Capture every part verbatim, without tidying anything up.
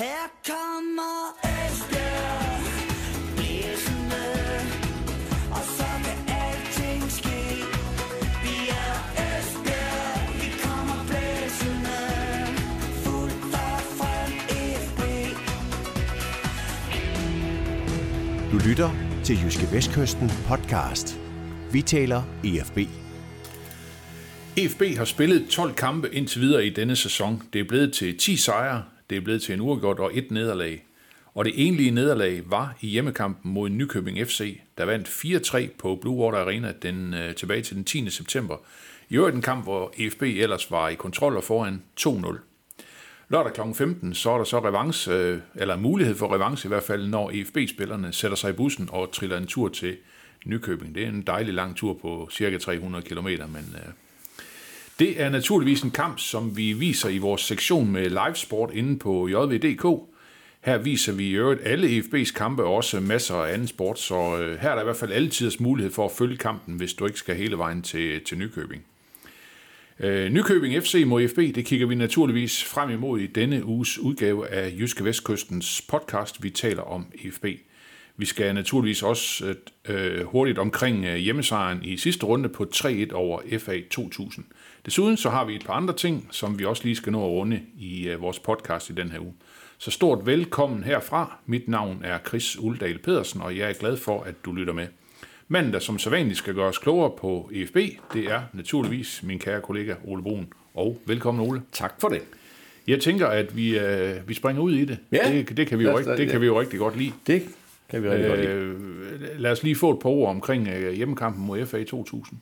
Her kommer Esbjerg blæsende, og så kan alting ske. Vi er Esbjerg, vi kommer blæsende, fuldt og frem F B. Du lytter til Jyske Vestkysten podcast. Vi taler E F B. E F B har spillet tolv kampe indtil videre i denne sæson. Det er blevet til ti sejre, det er blevet til en uafgjort og et nederlag. Og det egentlige nederlag var i hjemmekampen mod Nykøbing F C, der vandt fire tre på Blue Water Arena den, øh, tilbage til den tiende september. I øvrigt en kamp, hvor E F B ellers var i kontrol og foran to nul. Lørdag klokken femten, så er der så revanche, øh, eller mulighed for revanche i hvert fald, når E F B-spillerne sætter sig i bussen og triller en tur til Nykøbing. Det er en dejlig lang tur på cirka tre hundrede kilometer, men øh, det er naturligvis en kamp, som vi viser i vores sektion med livesport inde på j v punktum d k. Her viser vi i øvrigt alle E F B's kampe og også masser af anden sport, så øh, her er der i hvert fald altid mulighed for at følge kampen, hvis du ikke skal hele vejen til, til Nykøbing. Øh, Nykøbing F C mod E F B, det kigger vi naturligvis frem imod i denne uges udgave af Jyske Vestkystens podcast, vi taler om E F B. Vi skal naturligvis også øh, hurtigt omkring øh, hjemmesejren i sidste runde på tre et over F A to tusind. Desuden så har vi et par andre ting, som vi også lige skal nå at runde i øh, vores podcast i den her uge. Så stort velkommen herfra. Mit navn er Chris Uldal Pedersen, og jeg er glad for, at du lytter med. Manden, der som sædvanligt skal gøre os klogere på E F B, det er naturligvis min kære kollega Ole Brun. Og velkommen, Ole. Tak for det. Jeg tænker, at vi, øh, vi springer ud i det. Ja. Det, det, kan, vi jo rigt, det kan vi jo rigtig godt lide. Det kan vi rigtig øh, godt lide. Lad os lige få et par ord omkring øh, hjemmekampen mod F A to tusind.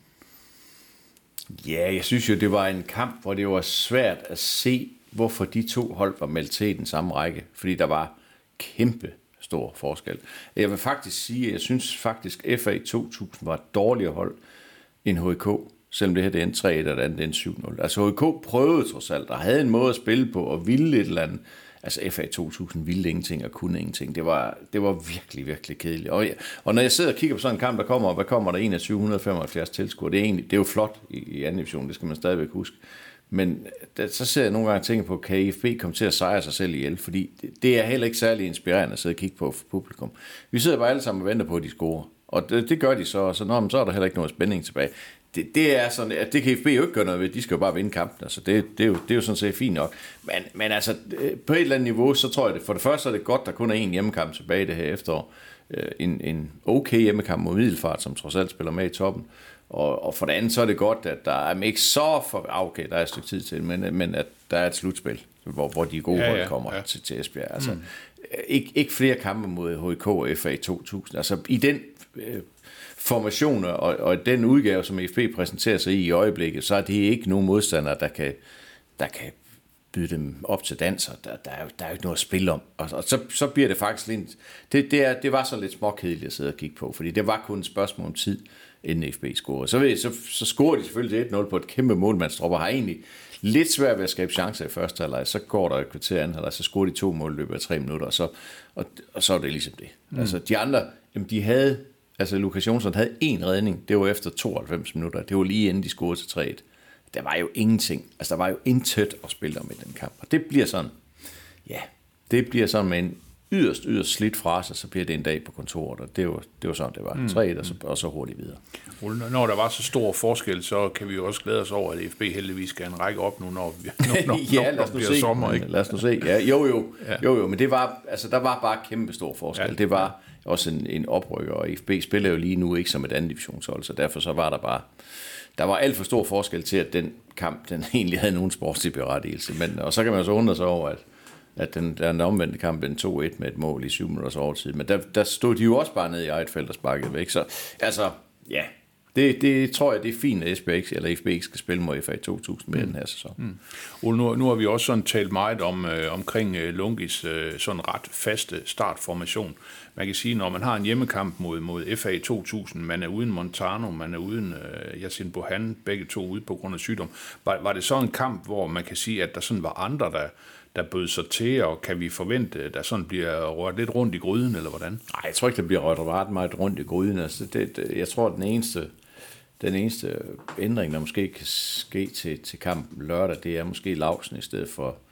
Ja, jeg synes jo, det var en kamp, hvor det var svært at se, hvorfor de to hold var meldt til i den samme række. Fordi der var kæmpe stor forskel. Jeg vil faktisk sige, at jeg synes faktisk, at F A to tusind var et dårligere hold end H I K. Selvom det her det er en tre et og det andet er en syv nul. Altså H I K prøvede trods alt og havde en måde at spille på og ville et eller andet. Altså F A to tusind ville ingenting og kunne ingenting. Det var, det var virkelig, virkelig kedeligt. Og, og når jeg sidder og kigger på sådan en kamp, der kommer, hvad kommer der en af syv hundrede femoghalvfjerds tilskuere? Det er egentlig, det er jo flot i, i anden division, det skal man stadigvæk huske. Men der, så ser jeg nogle gange og tænker på, kan E F B komme til at sejre sig selv ihjel? Fordi det, det er heller ikke særlig inspirerende at sidde og kigge på for publikum. Vi sidder bare alle sammen og venter på, at de scorer. Og det, det gør de så, og så, nå, så er der heller ikke noget spænding tilbage. Det, det er sådan, at det kan E F B jo ikke gøre noget ved, de skal jo bare vinde kampen, altså det, det, er, jo, det er jo sådan set fint nok, men, men altså på et eller andet niveau, så tror jeg det, for det første er det godt, der kun er en hjemmekamp tilbage det her efterår, en, en okay hjemmekamp mod Middelfart, som trods alt spiller med i toppen, og, og for det andet så er det godt, at der er ikke så for, okay, der er et stykke tid til, men, men at der er et slutspil, hvor, hvor de gode ja, hold kommer ja. til, til Esbjerg, altså mm. ikke, ikke flere kampe mod H I K og F A to tusind, altså i den øh, formationer og, og den udgave, som E F B præsenterer sig i i øjeblikket, så er det ikke nogen modstandere, der kan, der kan byde dem op til danser. Der, der, er, jo, der er jo ikke noget at spille om. Og, og så, så bliver det faktisk lidt... Det, det, er, det var så lidt småkedeligt at sidde og kigge på, fordi det var kun et spørgsmål om tid, inden E F B scorede. Så, ved, så, så scorer de selvfølgelig et nul på et kæmpe målmandsdrop, og har egentlig lidt svært ved at skabe chancer i første halvleg. Så går der et kvarter anden halvleg, så scorer de to mål i løbet af tre minutter, og så, og, og så er det ligesom det. Mm. Altså, de andre, jamen, de havde... Altså, Lukas Jonsson havde én redning, det var efter tooghalvfems minutter, det var lige inden de scorede til tre et. Der var jo ingenting, altså der var jo intet at spille om i den kamp, og det bliver sådan, ja, det bliver sådan med en yderst, yderst slidt frase, så bliver det en dag på kontoret, og det var, det var sådan, det var, tre et, og så, og så hurtigt videre. Når der var så stor forskel, så kan vi jo også glæde os over, at E F B heldigvis skal en række op nu, når vi når, ja, når, når bliver se. sommer, ikke? Lad os nu se, ja, jo jo, ja. jo jo, men det var, altså der var bare kæmpe stor forskel, ja. Det var også en, en oprykker, og E F B spiller jo lige nu ikke som et andet divisionshold, så derfor så var der bare, der var alt for stor forskel til, at den kamp, den egentlig havde nogen sportslig berettigelse, men, og så kan man jo så undre sig over, at, at den, der den omvendte kamp, den to et med et mål i syv minutters overtid, men der, der stod de jo også bare nede i eget felt og sparkede væk, så altså, ja, det, det tror jeg, det er fint, at Esbjerg ikke, eller E F B ikke skal spille mod F A to tusind med mm. den her sæson. Mm. Og nu, nu har vi også sådan talt meget om, øh, omkring øh, Lungis øh, sådan ret faste startformation. Man kan sige, når man har en hjemmekamp mod, mod F A to tusind, man er uden Montano, man er uden øh, Yassin Bohan, begge to ude på grund af sygdom. Var, var det så en kamp, hvor man kan sige, at der sådan var andre, der, der bød sig til, og kan vi forvente, der sådan bliver rørt lidt rundt i gryden, eller hvordan? Nej, jeg tror ikke, der bliver rørt ret meget rundt i gryden. Altså, det, det, jeg tror, at den eneste... Den eneste ændring, der måske kan ske til, til kampen lørdag, det er måske Lausen i stedet for,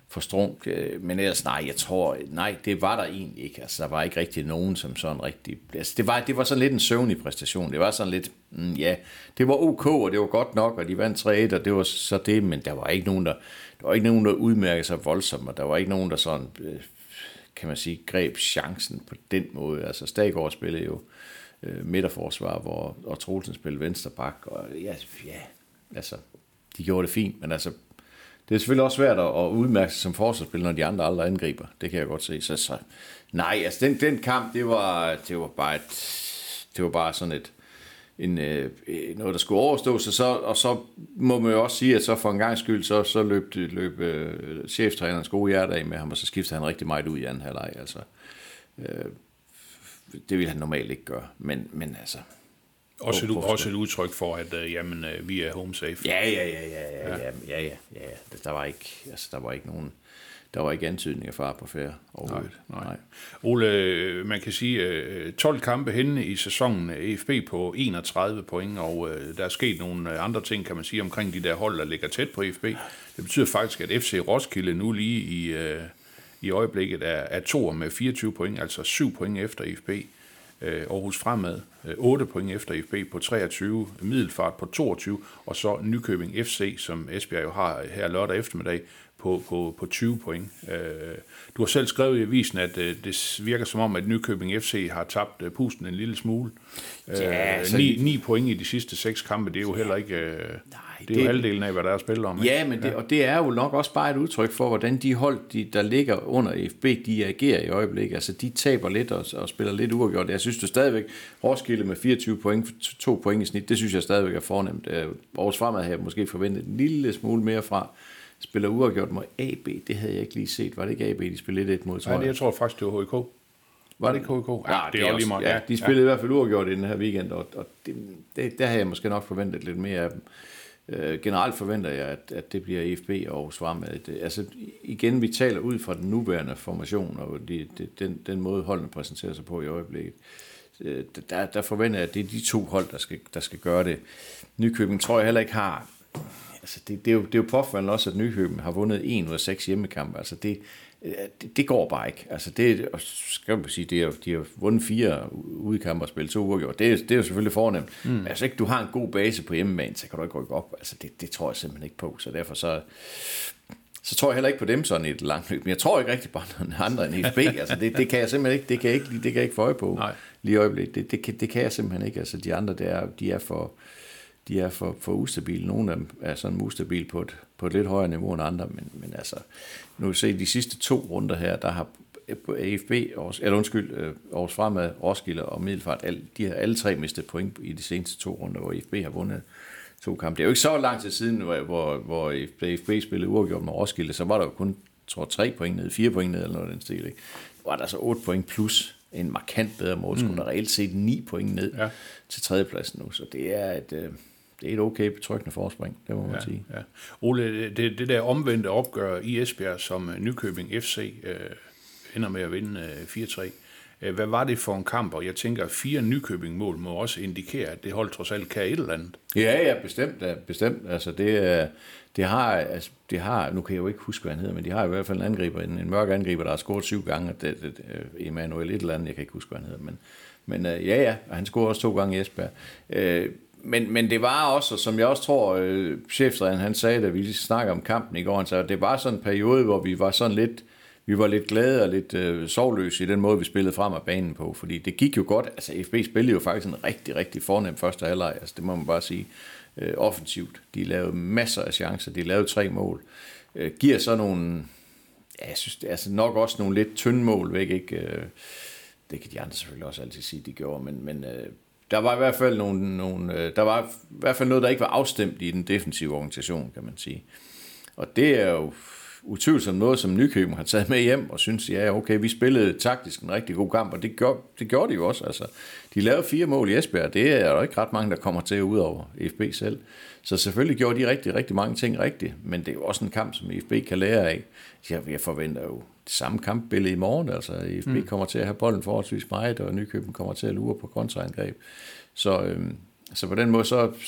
for Strunk. Men ellers, nej, jeg tror, nej, det var der egentlig ikke. Altså, der var ikke rigtig nogen, som sådan rigtig... Altså, det var, det var sådan lidt en søvnig præstation. Det var sådan lidt, mm, ja, det var ok, og det var godt nok, og de vandt tre et, og det var så det, men der var ikke nogen, der, der var ikke nogen, der udmærkede sig voldsomt, og der var ikke nogen, der sådan, kan man sige, greb chancen på den måde. Altså, Staggaard spillede jo øh, midterforsvar, hvor, og Troelsen spillede vensterbak, og ja, ja, altså, de gjorde det fint, men altså, det er selvfølgelig også svært at udmærke sig som forsvarsspiller, når de andre aldrig angriber. Det kan jeg godt se. Så, så nej, altså den, den kamp, det var, det var bare et, det var bare sådan et, en, øh, noget, der skulle overstås. Og så, og så må man jo også sige, at så for en gang skyld, så, så løb, løb øh, cheftræneren gode hjerte af med ham, og så skiftede han rigtig meget ud i anden halvleg. Altså, øh, det ville han normalt ikke gøre. Men, men altså... Også et, også et udtryk for, at uh, jamen, uh, vi er home safe. Ja, ja, ja, ja, ja, ja, ja, ja, ja. Der var ikke, altså, der var ikke nogen, der var ikke antydning af far på færre overhovedet. Nej, nej. Ole, man kan sige, uh, tolv kampe henne i sæsonen, E F B på enogtredive point, og uh, der er sket nogle andre ting, kan man sige, omkring de der hold, der ligger tæt på E F B. Det betyder faktisk, at F C Roskilde nu lige i, uh, i øjeblikket er, er toer med fireogtyve point, altså syv point efter E F B. Aarhus Fremad, otte point efter E F B på treogtyve, Middelfart på toogtyve, og så Nykøbing F C, som Esbjerg jo har her lørdag eftermiddag, på, på, på tyve point. Du har selv skrevet i avisen, at det virker som om, at Nykøbing F C har tabt pusten en lille smule. Ja, ni, ni point i de sidste seks kampe, det er jo heller ikke... Nej, det er det, jo halvdelen af, hvad der er spillet om. Ikke? Ja, men det, og det er jo nok også bare et udtryk for, hvordan de hold, de, der ligger under E F B, de agerer i øjeblikket. Altså, de taber lidt og, og spiller lidt uafgjort. Jeg synes du stadigvæk, Roskilde med fireogtyve point, to point i snit, det synes jeg stadigvæk er fornemt. Aarhus Fremad havde jeg måske forventet en lille smule mere fra. Spiller uafgjort mod A B, det havde jeg ikke lige set. Var det ikke A B, de spillede lidt mod, tror jeg? Nej, det, jeg tror faktisk, det var H I K. Var det ikke H I K? Ja, ja, det er også lige meget. Ja, de spillede ja. i hvert fald uafgjort i den her weekend, og, og det, det, der havde jeg måske nok forventet lidt mere af dem. Uh, generelt forventer jeg, at, at det bliver E F B og Fremad. Altså igen, vi taler ud fra den nuværende formation, og de, de, den, den måde holdene præsenterer sig på i øjeblikket. Uh, der, der forventer jeg, at det er de to hold, der skal, der skal gøre det. Nykøbing tror jeg heller ikke har... Altså det, det, er jo, det er jo påfaldende også, at Nykøbing har vundet en ud af seks hjemmekampe. Altså det, det, det går bare ikke. Altså det, skal man sige, det er, de har vundet fire udekampe og spillet to uafgjort. Det, det er jo selvfølgelig fornemt. Mm. Men altså ikke du har en god base på hjemmebane, så kan du ikke rykke op. Altså det, det tror jeg simpelthen ikke på. Så derfor så, så tror jeg heller ikke på dem sådan i et langt løb. Men jeg tror ikke rigtig bare nogen andre end E F B. Altså det, det kan jeg simpelthen ikke. Det kan jeg ikke, det kan jeg ikke få øje på. Nej. Lige i øjeblikket. Det, det, det, det kan jeg simpelthen ikke. Altså de andre der, de er for... De er for, for ustabile. Nogle af dem er sådan ustabile på et, på et lidt højere niveau end andre, men, men altså, nu se de sidste to runder her, der har E F B, eller undskyld, Aarhus Fremad, Roskilde og Middelfart, de har alle tre mistet point i de seneste to runder, hvor E F B har vundet to kampe. Det er jo ikke så lang tid siden, hvor, hvor E F B spillede uafgjort med Roskilde, så var der jo kun, tror tre point ned, fire point ned, eller noget af den stil, ikke? Nu var der så otte point plus en markant bedre målscore, mm. der reelt set ni point ned ja. til tredjepladsen nu, så det er et... Det er et okay betryggende forspring, det må man ja, sige. Ja. Ole, det, det der omvendte opgør i Esbjerg, som Nykøbing F C øh, ender med at vinde øh, fire tre. Hvad var det for en kamp? Og jeg tænker, at fire Nykøbing-mål må også indikere, at det hold trods alt kan et eller andet. Ja, ja, bestemt. Ja, bestemt. Altså, det, det, har, altså, det har, nu kan jeg jo ikke huske, hvad han hedder, men de har i hvert fald en angriber, en, en mørk angriber, der har scoret syv gange. Det, det, Emanuel et eller andet, jeg kan ikke huske, hvad han hedder. Men, men ja, ja, og han scorede også to gange i Esbjerg. Øh, Men, men det var også, som jeg også tror, øh, cheftræneren han sagde, da vi snakkede om kampen i går, han sagde, det var sådan en periode, hvor vi var sådan lidt, vi var lidt glade og lidt øh, sovløse i den måde, vi spillede frem af banen på, fordi det gik jo godt, altså F B spillede jo faktisk en rigtig, rigtig fornem første halvleg, altså det må man bare sige, øh, offensivt. De lavede masser af chancer, de lavede tre mål, øh, giver så nogle, ja, jeg synes, det er altså nok også nogle lidt tynde mål væk, ikke? Øh, det kan de andre selvfølgelig også altid sige, de gjorde, men, men øh, der var i hvert fald nogle, nogle, der var i hvert fald noget, der ikke var afstemt i den defensive organisation, kan man sige. Og det er jo utvivlsomt noget, som Nykøbing har taget med hjem og synes, ja, okay, vi spillede taktisk en rigtig god kamp, og det gjorde, det gjorde de jo også. Altså, de lavede fire mål i Esbjerg, det er der ikke ret mange, der kommer til ud over E F B selv. Så selvfølgelig gjorde de rigtig, rigtig mange ting rigtigt, men det er jo også en kamp, som E F B kan lære af. Jeg forventer jo det samme kampbillede i morgen, altså E F B mm. kommer til at have bolden forholdsvis meget, og Nykøbing kommer til at lure på kontraangreb. Så, øhm, så på den måde, så, så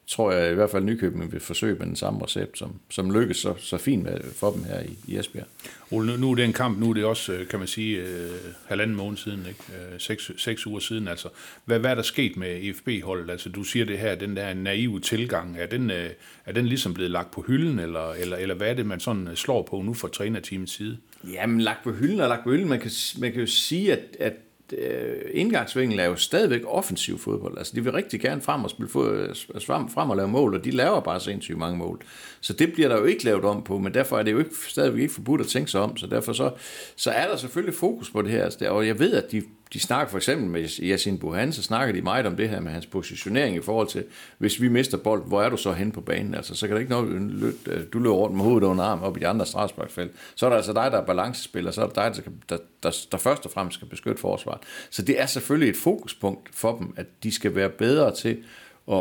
tror jeg i hvert fald Nykøbing vil forsøge med den samme recept, som, som lykkes så, så fint med, for dem her i, i Esbjerg. Ole, nu, nu er det en kamp, nu er det også, kan man sige, øh, halvanden måned siden, ikke? Øh, seks, seks uger siden. Altså, hvad, hvad er der sket med E F B-holdet? Altså, du siger det her, den der naive tilgang, er den, øh, er den ligesom blevet lagt på hylden, eller, eller, eller hvad er det, man sådan slår på nu fra trænerteamets side? Jamen, lagt på hylden og lagt på hylden. Man kan, man kan jo sige, at, at indgangsvinkel er jo stadigvæk offensiv fodbold. Altså, de vil rigtig gerne frem og spille frem, frem og lave mål, og de laver bare sindssygt mange mål. Så det bliver der jo ikke lavet om på, men derfor er det jo ikke, stadigvæk ikke forbudt at tænke sig om, så derfor så, så er der selvfølgelig fokus på det her. Altså, og jeg ved, at de, de snakker for eksempel med Yasin Buhan, så snakker de meget om det her med hans positionering i forhold til, hvis vi mister bold, hvor er du så hen på banen? Altså, så kan det ikke noget, du løber rundt med hovedet under arm op i de andre straffesparksfelt. Så er der altså dig, der er balancespiller, så er det dig, der, der, der, der først og fremmest skal beskytte forsvaret. Så det er selvfølgelig et fokuspunkt for dem, at de skal være bedre til at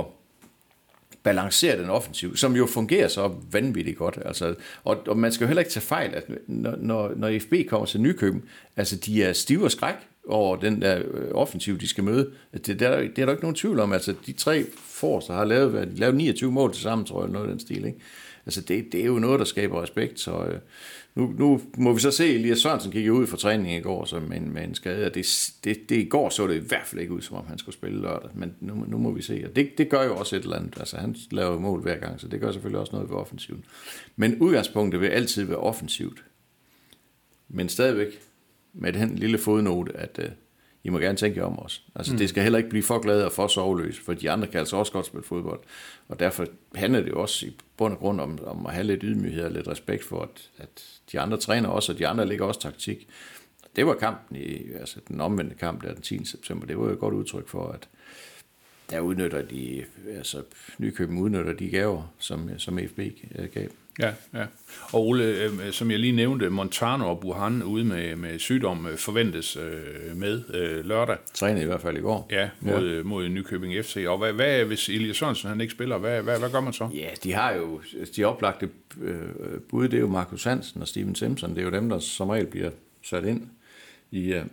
balancere den offensiv, som jo fungerer så vanvittigt godt. Altså, og, og man skal jo heller ikke tage fejl, at når, når, når E F B kommer til Nykøbing, altså de er stive og skræk over den der offensiv, de skal møde. Det, det, er, det er der ikke nogen tvivl om. Altså de tre forrester har lavet, de lavet niogtyve mål til sammen, tror jeg, noget af den stil, ikke? Altså det, det er jo noget, der skaber respekt, så øh, nu, nu må vi så se, Elias Sørensen gik ud for træning i går så med, en, med en skade, og det, det, det i går så det i hvert fald ikke ud, som om han skulle spille lørdag, men nu, nu må vi se, og det, det gør jo også et eller andet, altså han laver mål hver gang, så det gør selvfølgelig også noget ved offensiven. Men udgangspunktet vil altid være offensivt, men stadigvæk med den lille fodnote, at øh, I må gerne tænke om os. Altså mm. det skal heller ikke blive for glade og for soveløs, for de andre kan altså også godt spille fodbold. Og derfor handler det jo også i bund og grund om, om at have lidt ydmyghed og lidt respekt for, at, at de andre træner også, og de andre ligger også taktik. Det var kampen i, altså den omvendte kamp der den tiende september, det var jo et godt udtryk for, at der udnytter de, altså Nykøbing udnytter de gaver, som, som E F B gav. Ja, ja. Og Ole, øh, som jeg lige nævnte, Montano og Buhan ude med, med sygdom øh, forventes øh, med øh, lørdag. Trænede i hvert fald i går. Ja, mod, ja. mod Nykøbing F C. Og hvad, hvad hvis Elias Sørensen han ikke spiller, hvad, hvad, hvad gør man så? Ja, de har jo, de oplagte øh, bud, det er jo Markus Hansen og Steven Simpson. Det er jo dem, der som regel bliver sat ind i, øh,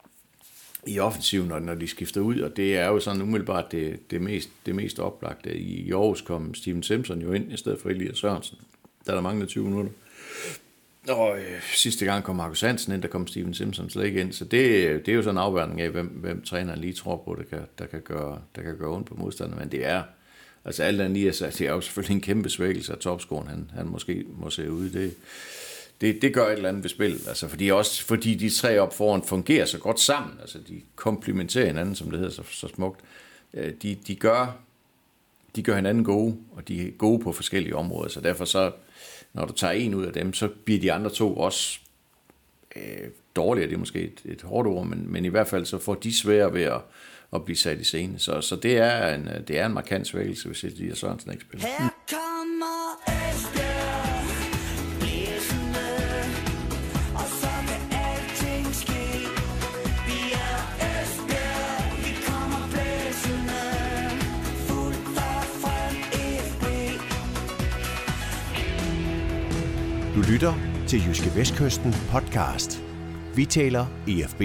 i offensiven, når, når de skifter ud. Og det er jo sådan umiddelbart det, det, mest, det mest oplagte. I Aarhus kom Steven Simpson jo ind i stedet for Elias Sørensen, da der manglede tyve minutter. Og øh, sidste gang kom Markus Hansen ind, der kom Steven Simpson slet ikke ind. Så det, det er jo sådan en afværning af, hvem, hvem træneren lige tror på, der kan, der kan, gøre, der kan gøre ondt på modstanderen. Men det er, altså alt andet lige, altså, det er jo selvfølgelig en kæmpe svækkelse af topscoren, han, han måske må se ud. Det, det, det gør et eller andet ved spillet. Altså, fordi, også, fordi de tre op foran fungerer så godt sammen. Altså de komplementerer hinanden, som det hedder så, så smukt. De, de gør... De gør hinanden gode, og de er gode på forskellige områder, så derfor så, når du tager en ud af dem, så bliver de andre to også øh, dårligere, det er måske et, et hårdt ord, men, men i hvert fald så får de svære ved at, at blive sat i scene, så, så det, er en, det er en markant svækkelse, hvis Elias Sørensen ikke spiller. Her kommer Esbjerg blæsende, og så kan alting ske. Vi er Esbjerg, vi kommer blæsende, fuldt og frem E F B. Du lytter til Jyske Vestkysten podcast. Vi taler E F B.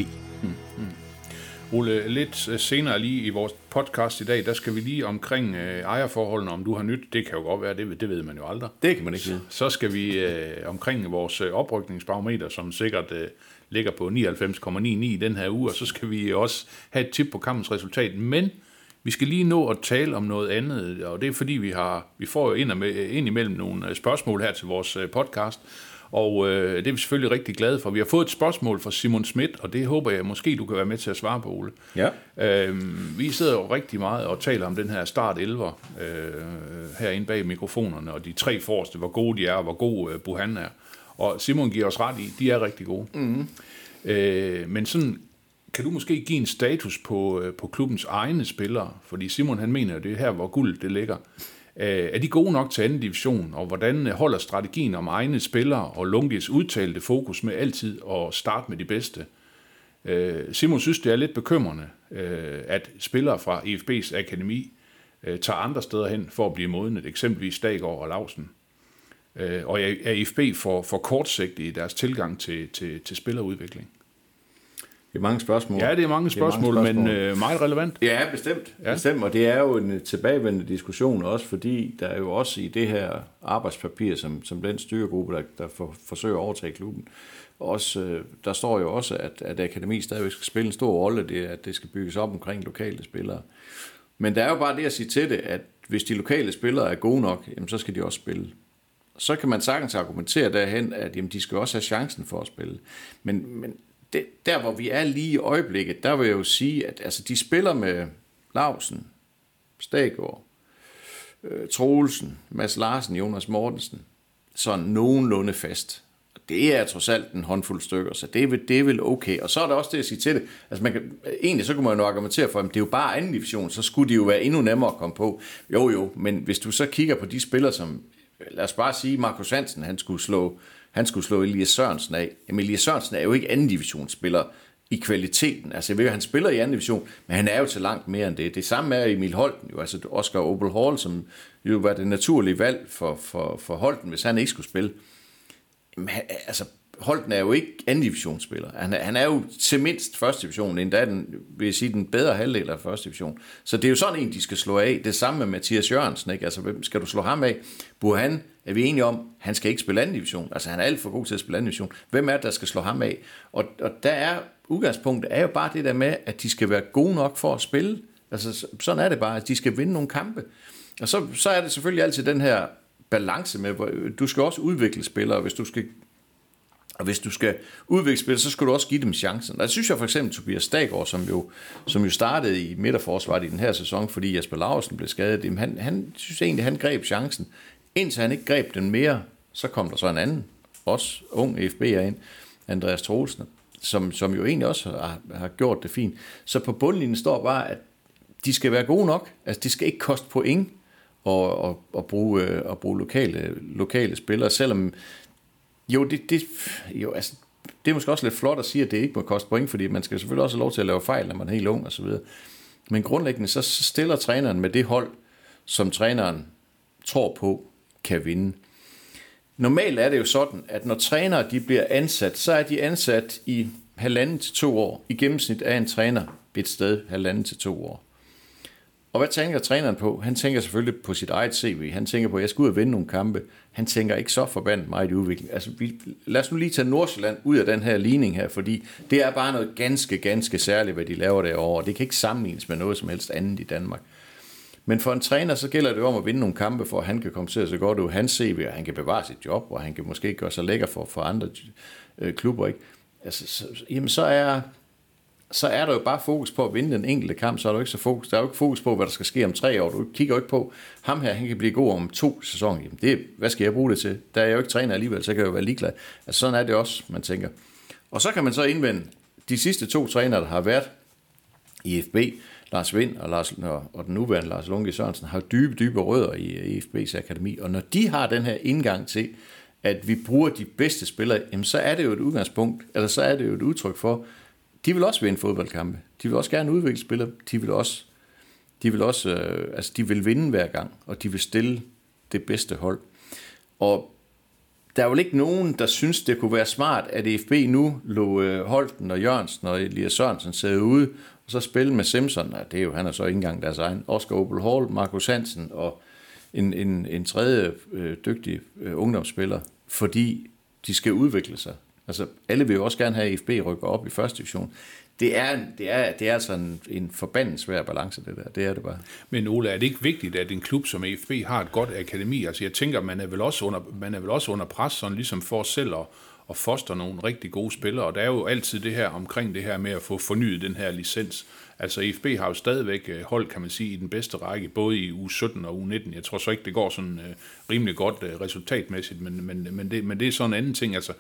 Ole, lidt senere lige i vores podcast i dag, der skal vi lige omkring øh, ejerforholdene, om du har nyt. Det kan jo godt være, det, det ved man jo aldrig. Det kan man ikke vide. Så skal vi øh, omkring vores øh, oprykningsbarometer, som sikkert øh, ligger på nioghalvfems komma nioghalvfems i den her uge, og så skal vi også have et tip på kampens resultat. Men vi skal lige nå at tale om noget andet, og det er fordi, vi har vi får jo ind, ind imellem nogle spørgsmål her til vores podcast, og øh, det er vi selvfølgelig rigtig glade for. Vi har fået et spørgsmål fra Simon Schmidt, og det håber jeg måske, du kan være med til at svare på, Ole. Ja. Øhm, vi sidder jo rigtig meget og taler om den her start elleve øh, herinde bag mikrofonerne, og de tre forreste, hvor gode de er, og hvor god øh, Buhan er. Og Simon giver os ret i, de er rigtig gode. Mm-hmm. Øh, men sådan, kan du måske give en status på, øh, på klubbens egne spillere? Fordi Simon han mener, at det er her, hvor guld det ligger. Er de gode nok til anden division, og hvordan holder strategien om egne spillere og Lundqvists udtalte fokus med altid at starte med de bedste? Simon synes, det er lidt bekymrende, at spillere fra E F B's akademi tager andre steder hen for at blive modnet, eksempelvis Stagård og Lausen. Og er E F B for, for kortsigtet i deres tilgang til, til, til spillerudvikling? Det er mange spørgsmål. Ja, det er mange spørgsmål, det er mange spørgsmål. men øh, meget relevant. Ja, bestemt. Ja. bestemt. Og det er jo en tilbagevendende diskussion også, fordi der er jo også i det her arbejdspapir, som, som den styregruppe, der, der for, forsøger at overtage klubben, også, øh, der står jo også, at, at akademi stadigvæk skal spille en stor rolle, det, at det skal bygges op omkring lokale spillere. Men der er jo bare det at sige til det, at hvis de lokale spillere er gode nok, jamen, så skal de også spille. Så kan man sagtens argumentere derhen, at jamen, de skal også have chancen for at spille. Men, men det, der, hvor vi er lige i øjeblikket, der vil jeg jo sige, at altså, de spiller med Lausen, Staggaard, øh, Troelsen, Mads Larsen, Jonas Mortensen, sådan nogenlunde fast. Det er trods alt en håndfuld stykker, så det er, vel, det er vel okay. Og så er der også det at sige til det. Altså man kan, egentlig så kunne man jo argumentere for, at det er jo bare anden division, så skulle det jo være endnu nemmere at komme på. Jo jo, men hvis du så kigger på de spillere, som, lad os bare sige, Markus Hansen, han skulle slå, han skulle slå Elias Sørensen af. Jamen Elias Sørensen er jo ikke anden divisionsspiller i kvaliteten. Altså jeg ved, han spiller i anden division, men han er jo til langt mere end det. Det samme er Emil Holten, jo, altså Oscar Opel Hall, som jo var det naturlige valg for, for, for Holten, hvis han ikke skulle spille. Men, altså, Holten er jo ikke anden divisionsspiller. Han er, han er jo til mindst første division, endda den, vil jeg sige, den bedre halvdel af første division. Så det er jo sådan en, de skal slå af. Det samme med Mathias Jørgensen, ikke? Altså, hvem skal du slå ham af? Burhan, er vi enige om, han skal ikke spille anden division. Altså, han er alt for god til at spille anden division. Hvem er det, der skal slå ham af? Og, og der er, udgangspunktet er jo bare det der med, at de skal være gode nok for at spille. Altså, sådan er det bare, at de skal vinde nogle kampe. Og så, så er det selvfølgelig altid den her balance med, hvor du skal også udvikle spillere, hvis du skal, og hvis du skal udvikle spillere, så skal du også give dem chancen. Og jeg synes jeg for eksempel Tobias Staggaard, som jo, som jo startede i midterforsvaret i den her sæson, fordi Jesper Lausen blev skadet, jamen han, han synes egentlig, han greb chancen. Indtil han ikke greb den mere, så kom der så en anden, også ung E F B'er ind, Andreas Troelsen, som, som jo egentlig også har, har gjort det fint. Så på bundlinjen står bare, at de skal være gode nok, altså de skal ikke koste point, Og, og, og bruge, og bruge lokale, lokale spillere, selvom jo, det, det, jo altså, det er måske også lidt flot at sige, at det ikke må koste point, fordi man skal selvfølgelig også have lov til at lave fejl, når man er helt ung og så videre. Men grundlæggende så stiller træneren med det hold, som træneren tror på, kan vinde. Normalt er det jo sådan, at når trænere de bliver ansat, så er de ansat i halvanden til to år. I gennemsnit er en træner et sted halvanden til to år. Og hvad tænker træneren på? Han tænker selvfølgelig på sit eget C V. Han tænker på, at jeg skal ud og vinde nogle kampe. Han tænker ikke så forbandet meget i udvikling. Altså, vi, lad os nu lige tage Nordsjælland ud af den her ligning her, fordi det er bare noget ganske, ganske særligt, hvad de laver derovre. Det kan ikke sammenlignes med noget som helst andet i Danmark. Men for en træner, så gælder det om at vinde nogle kampe, for at han kan komme til at se godt ud. Hans C V, og han kan bevare sit job, og han kan måske gøre sig lækker for, for andre øh, klubber, ikke? Altså, så, jamen, så er... så er der jo bare fokus på at vinde den enkelte kamp, så er der jo ikke så fokus, der er jo ikke fokus på, hvad der skal ske om tre år. Du kigger jo ikke på, ham her, han kan blive god om to sæsoner. Jamen det, hvad skal jeg bruge det til? Der er jeg jo ikke træner alligevel, så kan jeg jo være ligeglad. Altså sådan er det også, man tænker. Og så kan man så indvende de sidste to trænere, der har været i E F B, Lars Vind og, Lars, og den nuværende Lars Lunke Sørensen, har dybe, dybe rødder i E F B's akademi. Og når de har den her indgang til, at vi bruger de bedste spillere, jamen så er det jo et udgangspunkt, eller så er det jo et udtryk for, de vil også vinde fodboldkampe. De vil også gerne udvikle spillere. De vil også, de vil også, øh, altså de vil vinde hver gang, og de vil stille det bedste hold. Og der er jo ikke nogen, der synes, det kunne være smart, at E F B nu lå øh, Holten og Jørgensen og Elias Sørensen sidde ude, og så spille med Simpson. Ja, det er jo, han er så ikke engang deres egen. Oscar Opel Hall, Markus Hansen og en, en, en tredje øh, dygtig øh, ungdomsspiller, fordi de skal udvikle sig. Altså, alle vil jo også gerne have, at E F B rykker op i første division. Det er, det er, det er altså en, en forbandet svær balance, det der. Det er det bare. Men Ole, er det ikke vigtigt, at en klub som E F B har et godt akademi? Altså, jeg tænker, man er vel også under, man er vel også under pres, sådan ligesom for selv at, at foster nogle rigtig gode spillere. Og der er jo altid det her omkring det her med at få fornyet den her licens. Altså, E F B har jo stadigvæk hold, kan man sige, i den bedste række, både i U sytten og U nitten. Jeg tror så ikke, det går sådan uh, rimelig godt uh, resultatmæssigt, men, men, men, det, men det er sådan en anden ting, altså.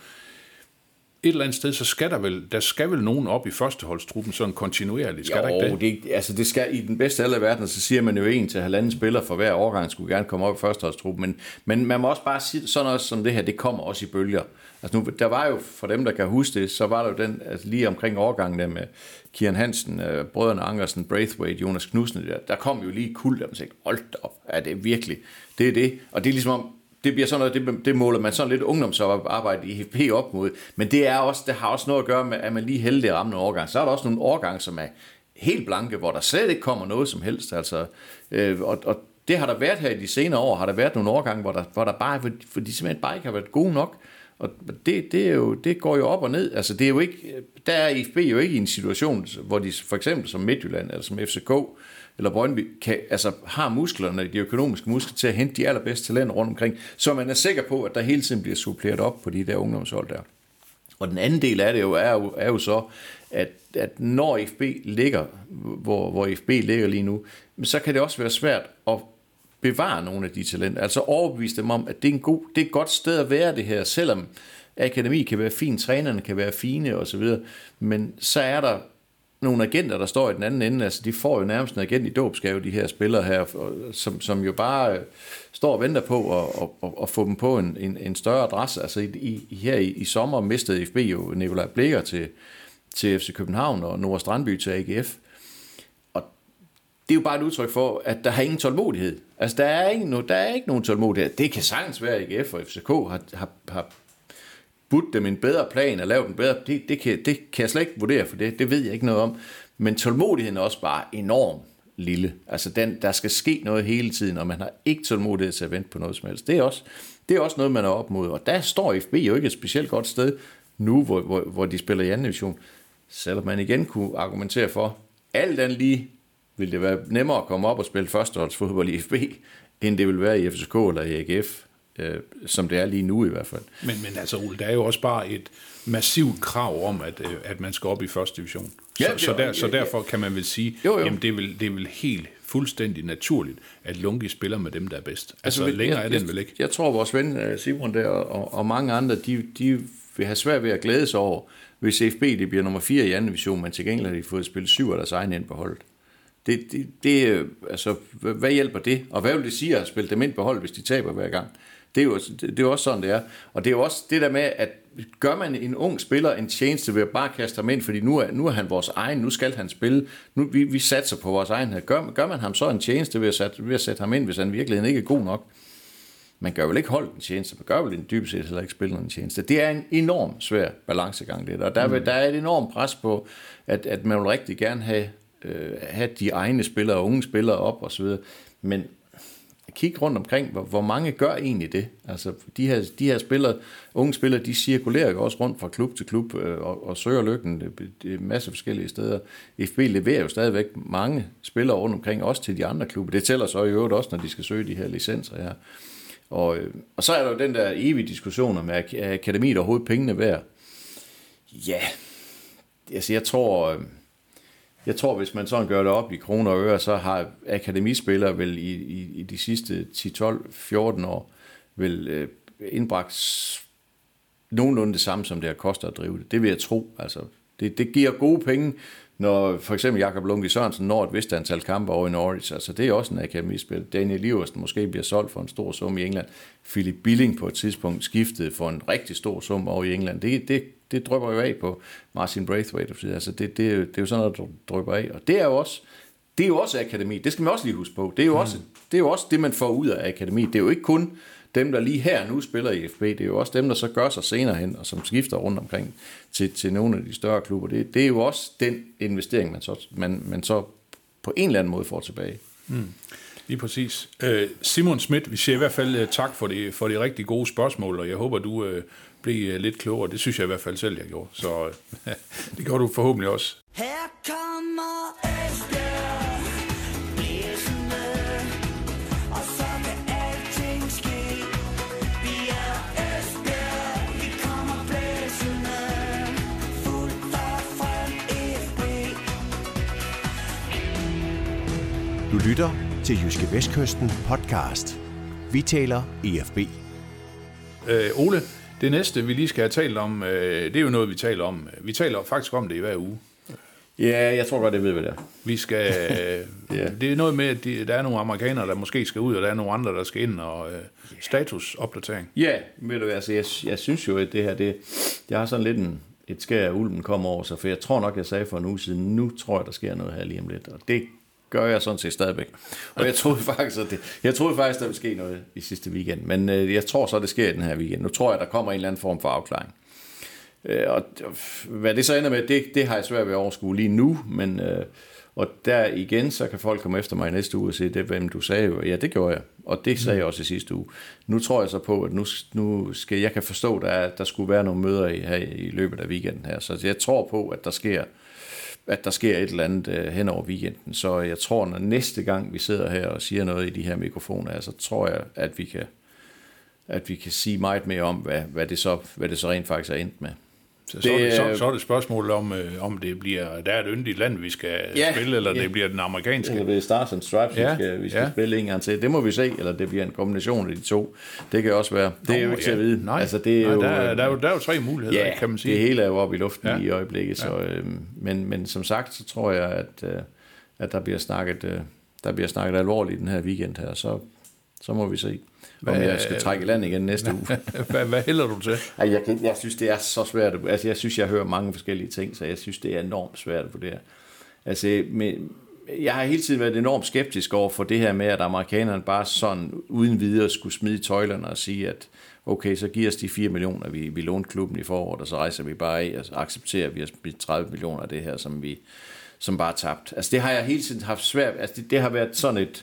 Et eller andet sted, så skal der vel, der skal vel nogen op i førsteholdstruppen sådan kontinuerligt, skal jo, der ikke det? det? Altså det skal, i den bedste af alle verden, så siger man jo en til halvanden spiller for hver årgang, skulle gerne komme op i førsteholdstruppen, men, men man må også bare sige, sådan noget som det her, det kommer også i bølger. Altså nu, der var jo, for dem der kan huske det, så var der jo den, altså lige omkring årgangen der med Kieran Hansen, øh, brødrene Ankersen, Braithwaite, Jonas Knudsen, der, der kom jo lige kult, og man tænkte, hold da op, er det virkelig, det er det, og det er ligesom om, det bliver sådan noget, det, det måler man sådan lidt ungdomsarbejde i F B op mod. Men det, er også, det har også noget at gøre med, at man lige heldig at ramme nogle årgange. Så er der også nogle årgange, som er helt blanke, hvor der slet ikke kommer noget som helst. Altså, øh, og, og det har der været her i de senere år, har der været nogle årgange, hvor der, hvor der bare, for de simpelthen bare ikke har været gode nok. Og det, det, er jo, det går jo op og ned. Altså, det er jo ikke, der er F B jo ikke i en situation, hvor de for eksempel som Midtjylland, eller som F C K, eller Brøndby, kan, altså, har musklerne, de økonomiske muskler til at hente de allerbedste talenter rundt omkring, så man er sikker på, at der hele tiden bliver suppleret op på de der ungdomshold der. Og den anden del af det jo er jo, er jo så, at, at når F B ligger, hvor, hvor F B ligger lige nu, så kan det også være svært at bevare nogle af de talenter, altså overbevise dem om, at det er, en god, det er et godt sted at være det her, selvom akademi kan være fint, trænerne kan være fine osv., men så er der nogle agenter, der står i den anden ende, altså de får jo nærmest en agent i dåbsgave, de her spillere her, som, som jo bare står og venter på at, at, at få dem på en, en, en større adresse. Altså i, i, her i, i sommer mistede F B jo Nikolaj Blikker til, til F C København og Nora Strandby til A G F. Og det er jo bare et udtryk for, at der har ingen tålmodighed. Altså der er ikke, no, der er ikke nogen tålmodighed. Det kan sagtens være, at A G F og F C K har, har, har budt dem en bedre plan og lavet en bedre. Det, det, kan, det kan jeg slet ikke vurdere, for det, det ved jeg ikke noget om. Men tålmodigheden er også bare enorm lille. Altså den, der skal ske noget hele tiden, og man har ikke tålmodighed til at vente på noget som helst. Det er også, det er også noget, man er op mod. Og der står F B jo ikke et specielt godt sted nu, hvor, hvor, hvor de spiller i anden division. Selvom man igen kunne argumentere for, alt andet lige vil det være nemmere at komme op og spille førsteholdsfodbold i F B, end det vil være i F C K eller i A G F. Øh, som det er lige nu i hvert fald. Men, men altså, Ole, der er jo også bare et massivt krav om, at, at man skal op i første division. Ja, så, så, der, så derfor kan man vel sige, jo, jo. Jamen, det, er vel, det er vel helt fuldstændig naturligt, at Lunke spiller med dem, der er bedst. Altså, altså længere jeg, er den jeg, vel ikke? Jeg tror, vores ven Simon der og, og mange andre, de, de vil have svært ved at glæde sig over, hvis F B det bliver nummer fire i anden division, men til gengæld har de fået spillet syv af deres egen ind på holdet. Det, det, det, altså, hvad hjælper det? Og hvad vil det sige at spille dem ind på holdet, hvis de taber hver gang? Det er, jo, det er jo også sådan, det er. Og det er jo også det der med, at gør man en ung spiller en tjeneste ved at bare kaste ham ind, fordi nu er, nu er han vores egen, nu skal han spille, nu, vi, vi satser på vores egen her. Gør, gør man ham så en tjeneste ved at, sætte, ved at sætte ham ind, hvis han virkelig ikke er god nok? Man gør vel ikke holde en tjeneste, man gør vel en dybest set heller ikke spille en tjeneste. Det er en enorm svær balancegang, det der. Og der, mm. der er et enormt pres på, at, at man vil rigtig gerne have, øh, have de egne spillere og unge spillere op og så videre. Men kig rundt omkring, hvor, hvor mange gør egentlig det. Altså, de her, de her spillere, unge spillere, de cirkulerer jo også rundt fra klub til klub øh, og, og søger lykken en masse forskellige steder. F B leverer jo stadigvæk mange spillere rundt omkring, også til de andre klubber. Det tæller så i øvrigt også, når de skal søge de her licenser her. Og, øh, og så er der jo den der evige diskussion om, at akademiet overhovedet pengene værd. Ja, altså jeg tror... Øh, Jeg tror, hvis man sådan gør det op i kroner og øre, så har akademispillere vel i, i, i de sidste ti, tolv, fjorten år vel øh, indbragt nogenlunde det samme, som det har kostet at drive det. Det vil jeg tro. Altså, det, det giver gode penge, når for eksempel Jakob Lunke Sørensen når et vist antal kampe over i Norwich. Altså, det er også en akademispiller. Daniel Iversen måske bliver solgt for en stor sum i England. Philip Billing på et tidspunkt skiftede for en rigtig stor sum over i England. Det, det, det drypper jo af på Martin Braithwaite. Altså, det, det, det er jo sådan noget, der drypper af. Og det er jo også, det er jo også akademi. Det skal man også lige huske på. Det er jo, mm. også, det er jo også det, man får ud af akademi. Det er jo ikke kun dem, der lige her nu spiller i F B. Det er jo også dem, der så gør sig senere hen, og som skifter rundt omkring til, til nogle af de større klubber. Det, det er jo også den investering, man så, man, man så på en eller anden måde får tilbage. Mm. Lige præcis. Øh, Simon Schmidt, vi siger i hvert fald uh, tak for de, for de rigtig gode spørgsmål, og jeg håber, du uh, blev uh, lidt klogere. Det synes jeg i hvert fald selv, jeg gjorde. Så uh, det gør du forhåbentlig også. Her kommer Esbjerg blæsende, og så kan alting ske. Vi er Esbjerg, vi kommer blæsende, fuldt og frem F B. Du lytter til Jyske Vestkysten podcast. Vi taler E F B. Øh, Ole, det næste, vi lige skal have talt om, øh, det er jo noget, vi taler om. Vi taler faktisk om det i hver uge. Ja, jeg tror godt, det ved, hvad det er. Vi skal, øh, yeah. Det er noget med, at de, der er nogle amerikanere, der måske skal ud, og der er nogle andre, der skal ind, og øh, statusopdatering. Ja, yeah, ved du, altså, jeg, jeg synes jo, at det her, det, jeg har sådan lidt en, et skær af ulven kommer over sig, for jeg tror nok, jeg sagde for en uge siden, nu tror jeg, der sker noget her lige om lidt, og det gør jeg sådan set stadigvæk. Og jeg troede faktisk, at det, jeg troede faktisk, der ville ske noget i sidste weekend, men øh, jeg tror så, det sker i den her weekend. Nu tror jeg, der kommer en eller anden form for afklaring. Øh, og hvad det så ender med, det, det har jeg svært ved at overskue lige nu, men... Øh, Og der igen, så kan folk komme efter mig i næste uge og sige, det hvem du sagde jo. Ja, det gjorde jeg. Og det sagde jeg også i sidste uge. Nu tror jeg så på, at nu, nu skal jeg kan forstå, at der, der skulle være nogle møder i, her i løbet af weekenden her. Så jeg tror på, at der sker, at der sker et eller andet uh, hen over weekenden. Så jeg tror, når næste gang vi sidder her og siger noget i de her mikrofoner, så tror jeg, at vi kan, at vi kan sige meget mere om, hvad, hvad, det så, hvad det så rent faktisk er endt med. Så, så, det, så, så er det spørgsmål om, øh, om det bliver, der er et yndigt land, vi skal ja, spille, eller ja. det bliver den amerikanske. Eller det er Stars and Stripes, ja, vi skal, vi skal ja. spille en gang til. Det må vi se, eller det bliver en kombination af de to. Det kan også være. Det er Nå, jo ikke ja. til at vide. Nej, altså, det er Nej jo, der, er, der, er jo, der er jo tre muligheder, ja, kan man sige. Det hele er jo oppe i luften ja. i øjeblikket. Så, ja. øh, men, men som sagt, så tror jeg, at, øh, at der bliver snakket, øh, der bliver snakket alvorligt den her weekend her. Så, så må vi se. Om jeg skal trække land igen næste uge. hvad, hvad hælder du til? Ej, jeg, jeg synes, det er så svært. Altså, jeg synes, jeg hører mange forskellige ting, så jeg synes, det er enormt svært at vurdere. Altså, men jeg har hele tiden været enormt skeptisk over for det her med, at amerikanerne bare sådan uden videre skulle smide tøjlerne og sige, at okay, så giver os de fire millioner, vi, vi lånte klubben i foråret, og så rejser vi bare af og accepterer, at vi har smidt tredive millioner af det her, som vi som bare tabt. Altså, det har jeg hele tiden haft svært. Altså, det, det har været sådan et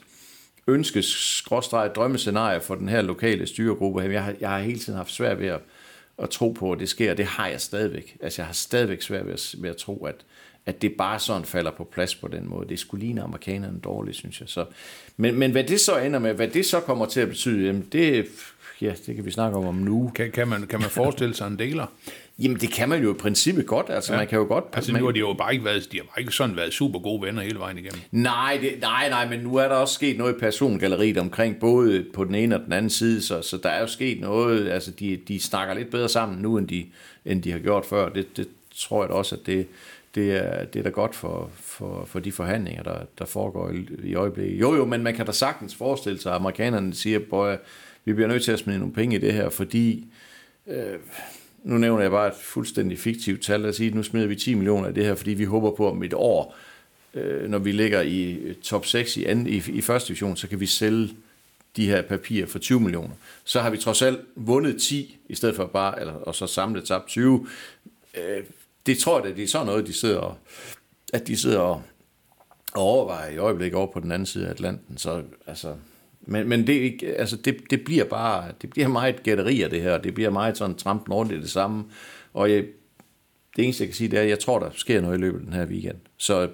ønskes-drømmescenarie for den her lokale styregruppe. Jeg har, jeg har hele tiden haft svært ved at, at tro på, at det sker, det har jeg stadigvæk. Altså, jeg har stadigvæk svært ved at, ved at tro, at, at det bare sådan falder på plads på den måde. Det skulle ligne amerikanerne dårligt, synes jeg. Så, men, men hvad det så ender med, hvad det så kommer til at betyde, jamen det, ja, det kan vi snakke om om nu. Kan, kan, man, kan man forestille sig en deler? Jamen, det kan man jo i princippet godt. Altså, ja. man kan jo godt... Altså, nu har de jo bare ikke været, de har bare ikke sådan været super gode venner hele vejen igennem. Nej, det, nej, nej, men nu er der også sket noget i persongalleriet omkring både på den ene og den anden side, så, så der er jo sket noget, altså, de, de snakker lidt bedre sammen nu, end de, end de har gjort før. Det, det tror jeg da også, at det, det, er, det er da godt for, for, for de forhandlinger, der, der foregår i, i øjeblikket. Jo, jo, men man kan da sagtens forestille sig, at amerikanerne siger, at vi bliver nødt til at smide nogle penge i det her, fordi... Øh, Nu nævner jeg bare et fuldstændig fiktivt tal, at sige, at nu smider vi ti millioner af det her, fordi vi håber på om et år, øh, når vi ligger i top seks i, anden, i, i første division, så kan vi sælge de her papirer for tyve millioner. Så har vi trods alt vundet ti, i stedet for bare, eller, og så samlet tabt tyve. Øh, det tror jeg, at det er sådan noget, de sidder, at de sidder og overvejer i øjeblikket over på den anden side af Atlanten. Så altså... Men, men det, altså det, det bliver bare, det bliver meget gætterier det her, det bliver meget sådan trampen rundt i det samme, og jeg, det eneste jeg kan sige, det er, at jeg tror, der sker noget i løbet af den her weekend, så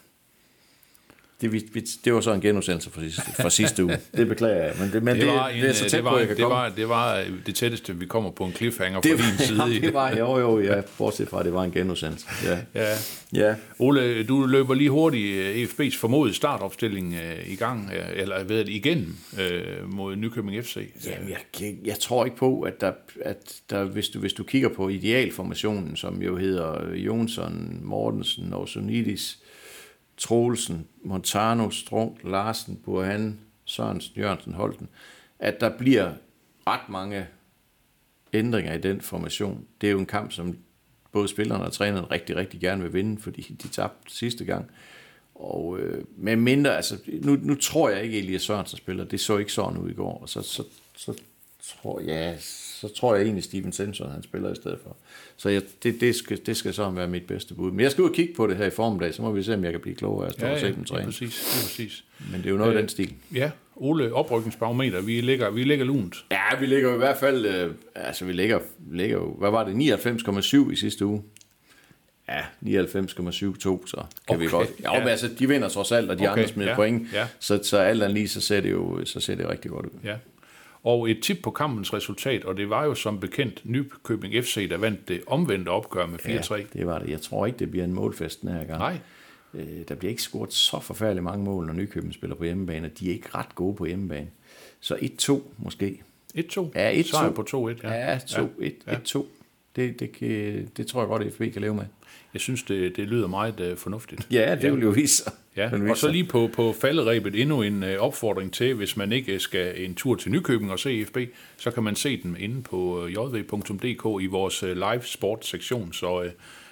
det, vi, det var så en genudsendelse fra sidste, fra sidste uge, det beklager jeg, men det, men det, det, var en, det er så tæt på, jeg kan det komme. Var, det var det tætteste, vi kommer på en cliffhanger fra det, din side. Ja, det var, jo jo, ja, bortset fra, at det var en genudsendelse. Ja. Ja. Ja. Ole, du løber lige hurtigt E F B's formodede startopstilling øh, i gang, øh, eller ved det igen øh, mod Nykøbing F C. Jamen, jeg, jeg tror ikke på, at, der, at der, hvis, du, hvis du kigger på idealformationen, som jo hedder Jonsson, Mortensen, Orsonidis, Troelsen, Montano, Strunk, Larsen, Burhan, Sørensen, Jørgensen, Holten, at der bliver ret mange ændringer i den formation. Det er jo en kamp, som både spillerne og trænerne rigtig, rigtig gerne vil vinde, fordi de tabte sidste gang. Og øh, med mindre, altså, nu, nu tror jeg ikke, at Elias Sørensen spiller. Det så ikke sådan ud i går. Og så, så, så, tror, ja, så tror jeg egentlig, Steven Svensson, han spiller i stedet for. Så jeg, det, det, skal, det skal så være mit bedste bud. Men jeg skal ud og kigge på det her i formiddag, så må vi se, om jeg kan blive klogere af at stå ja, og se ja, dem træne. Ja, præcis, det er præcis. Men det er jo noget øh, af den stil. Ja, Ole, oprykningsbarometer, vi ligger, vi ligger lunt. Ja, vi ligger i hvert fald, øh, altså vi ligger, ligger jo, hvad var det, nioghalvfems komma syv i sidste uge? Ja, nioghalvfems komma syv to, så kan okay, vi godt. Ja, ja. Men altså, de vinder trods alt, og de okay, andre smider ja, point. Ja. Så, så alt andet lige, så ser det jo så ser det rigtig godt ud. Ja. Og et tip på kampens resultat, og det var jo som bekendt Nykøbing F C, der vandt det omvendte opgør med fire tre. Ja, det var det. Jeg tror ikke, det bliver en målfest den her gang. Nej. Øh, der bliver ikke scoret så forfærdeligt mange mål, når Nykøbing spiller på hjemmebane, og de er ikke ret gode på hjemmebane. Så et to måske. et to? Ja, et to. Sejr på to et, ja. Ja, to et, ja. et to. Det, det, det, det tror jeg godt, at F B kan leve med. Jeg synes, det, det lyder meget uh, fornuftigt. Ja, det vil jo vise sig. Ja. Og så lige på, på falderæbet endnu en uh, opfordring til, hvis man ikke skal en tur til Nykøbing og se F B, så kan man se dem inde på j v punktum d k i vores uh, live sport sektion. Så uh,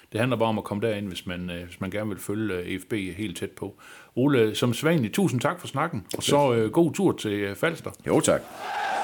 Det handler bare om at komme derind, hvis man, øh, hvis man gerne vil følge øh, E F B helt tæt på. Ole, som sædvanligt, tusind tak for snakken, og så øh, god tur til øh, Falster. Jo, tak.